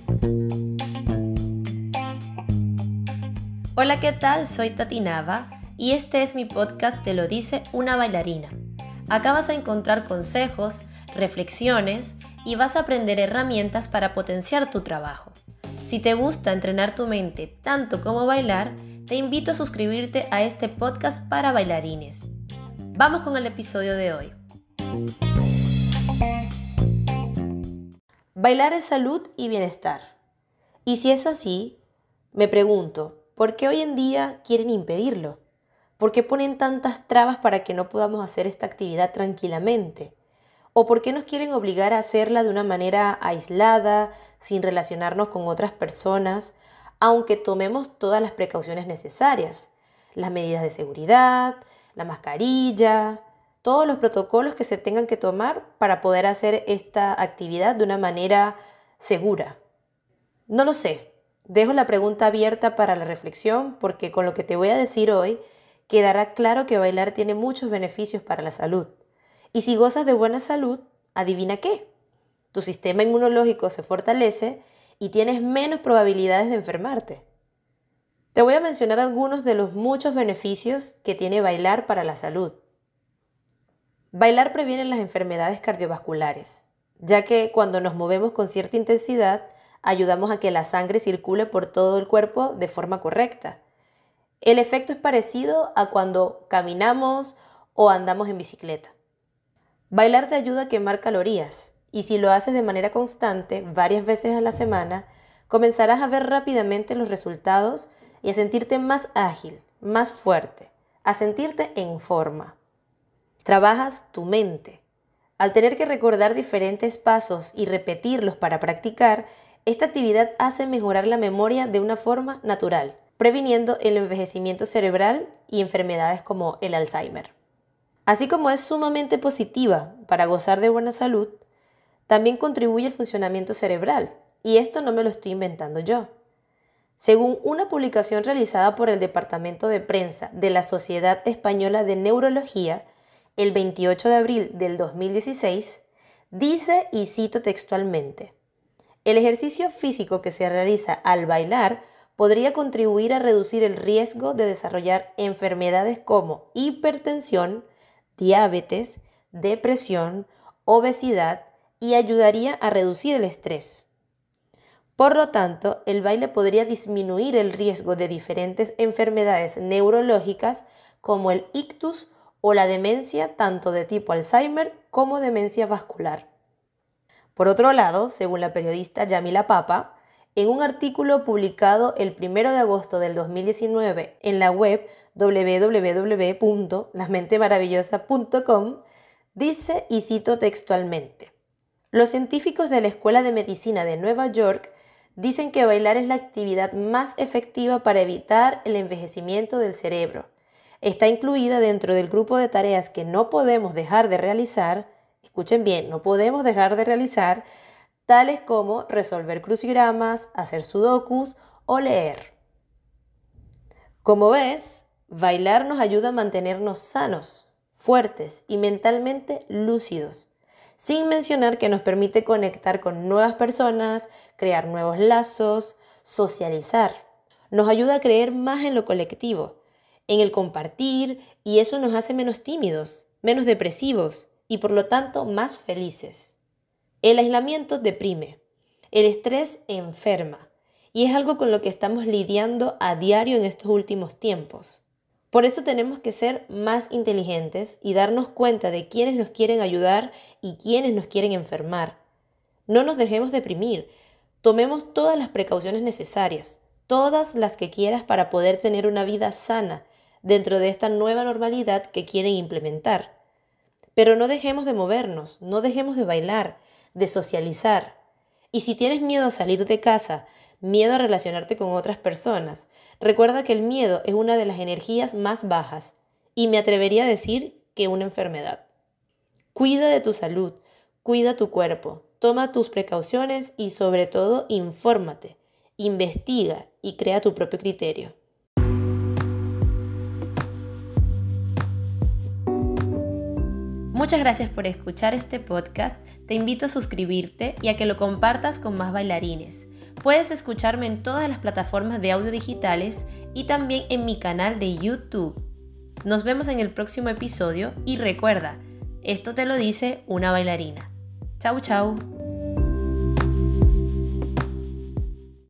Hola, ¿qué tal? Soy Tati Nava y este es mi podcast Te lo dice una bailarina. Acá vas a encontrar consejos, reflexiones y vas a aprender herramientas para potenciar tu trabajo. Si te gusta entrenar tu mente tanto como bailar, te invito a suscribirte a este podcast para bailarines. Vamos con el episodio de hoy. Bailar es salud y bienestar. Y si es así, me pregunto, ¿por qué hoy en día quieren impedirlo? ¿Por qué ponen tantas trabas para que no podamos hacer esta actividad tranquilamente? ¿O por qué nos quieren obligar a hacerla de una manera aislada, sin relacionarnos con otras personas, aunque tomemos todas las precauciones necesarias? Las medidas de seguridad, la mascarilla, todos los protocolos que se tengan que tomar para poder hacer esta actividad de una manera segura. No lo sé. Dejo la pregunta abierta para la reflexión porque con lo que te voy a decir hoy quedará claro que bailar tiene muchos beneficios para la salud. Y si gozas de buena salud, adivina qué. Tu sistema inmunológico se fortalece y tienes menos probabilidades de enfermarte. Te voy a mencionar algunos de los muchos beneficios que tiene bailar para la salud. Bailar previene las enfermedades cardiovasculares, ya que cuando nos movemos con cierta intensidad, ayudamos a que la sangre circule por todo el cuerpo de forma correcta. El efecto es parecido a cuando caminamos o andamos en bicicleta. Bailar te ayuda a quemar calorías y si lo haces de manera constante, varias veces a la semana, comenzarás a ver rápidamente los resultados y a sentirte más ágil, más fuerte, a sentirte en forma. Trabajas tu mente. Al tener que recordar diferentes pasos y repetirlos para practicar, esta actividad hace mejorar la memoria de una forma natural, previniendo el envejecimiento cerebral y enfermedades como el Alzheimer. Así como es sumamente positiva para gozar de buena salud, también contribuye al funcionamiento cerebral, y esto no me lo estoy inventando yo. Según una publicación realizada por el Departamento de Prensa de la Sociedad Española de Neurología, el 28 de abril del 2016, dice, y cito textualmente, el ejercicio físico que se realiza al bailar podría contribuir a reducir el riesgo de desarrollar enfermedades como hipertensión, diabetes, depresión, obesidad y ayudaría a reducir el estrés. Por lo tanto, el baile podría disminuir el riesgo de diferentes enfermedades neurológicas como el ictus o la demencia tanto de tipo Alzheimer como demencia vascular. Por otro lado, según la periodista Yamila Papa, en un artículo publicado el 1 de agosto del 2019 en la web www.lamentemaravillosa.com, dice, y cito textualmente, los científicos de la Escuela de Medicina de Nueva York dicen que bailar es la actividad más efectiva para evitar el envejecimiento del cerebro. Está incluida dentro del grupo de tareas que no podemos dejar de realizar, escuchen bien, no podemos dejar de realizar, tales como resolver crucigramas, hacer sudokus o leer. Como ves, bailar nos ayuda a mantenernos sanos, fuertes y mentalmente lúcidos, sin mencionar que nos permite conectar con nuevas personas, crear nuevos lazos, socializar. Nos ayuda a creer más en lo colectivo, en el compartir, y eso nos hace menos tímidos, menos depresivos y por lo tanto más felices. El aislamiento deprime, el estrés enferma y es algo con lo que estamos lidiando a diario en estos últimos tiempos. Por eso tenemos que ser más inteligentes y darnos cuenta de quiénes nos quieren ayudar y quiénes nos quieren enfermar. No nos dejemos deprimir, tomemos todas las precauciones necesarias, todas las que quieras para poder tener una vida sana dentro de esta nueva normalidad que quieren implementar. Pero no dejemos de movernos, no dejemos de bailar, de socializar. Y si tienes miedo a salir de casa, miedo a relacionarte con otras personas, recuerda que el miedo es una de las energías más bajas y me atrevería a decir que una enfermedad. Cuida de tu salud, cuida tu cuerpo, toma tus precauciones y sobre todo infórmate, investiga y crea tu propio criterio. Muchas gracias por escuchar este podcast. Te invito a suscribirte y a que lo compartas con más bailarines. Puedes escucharme en todas las plataformas de audio digitales y también en mi canal de YouTube. Nos vemos en el próximo episodio y recuerda, esto te lo dice una bailarina. Chau, chau.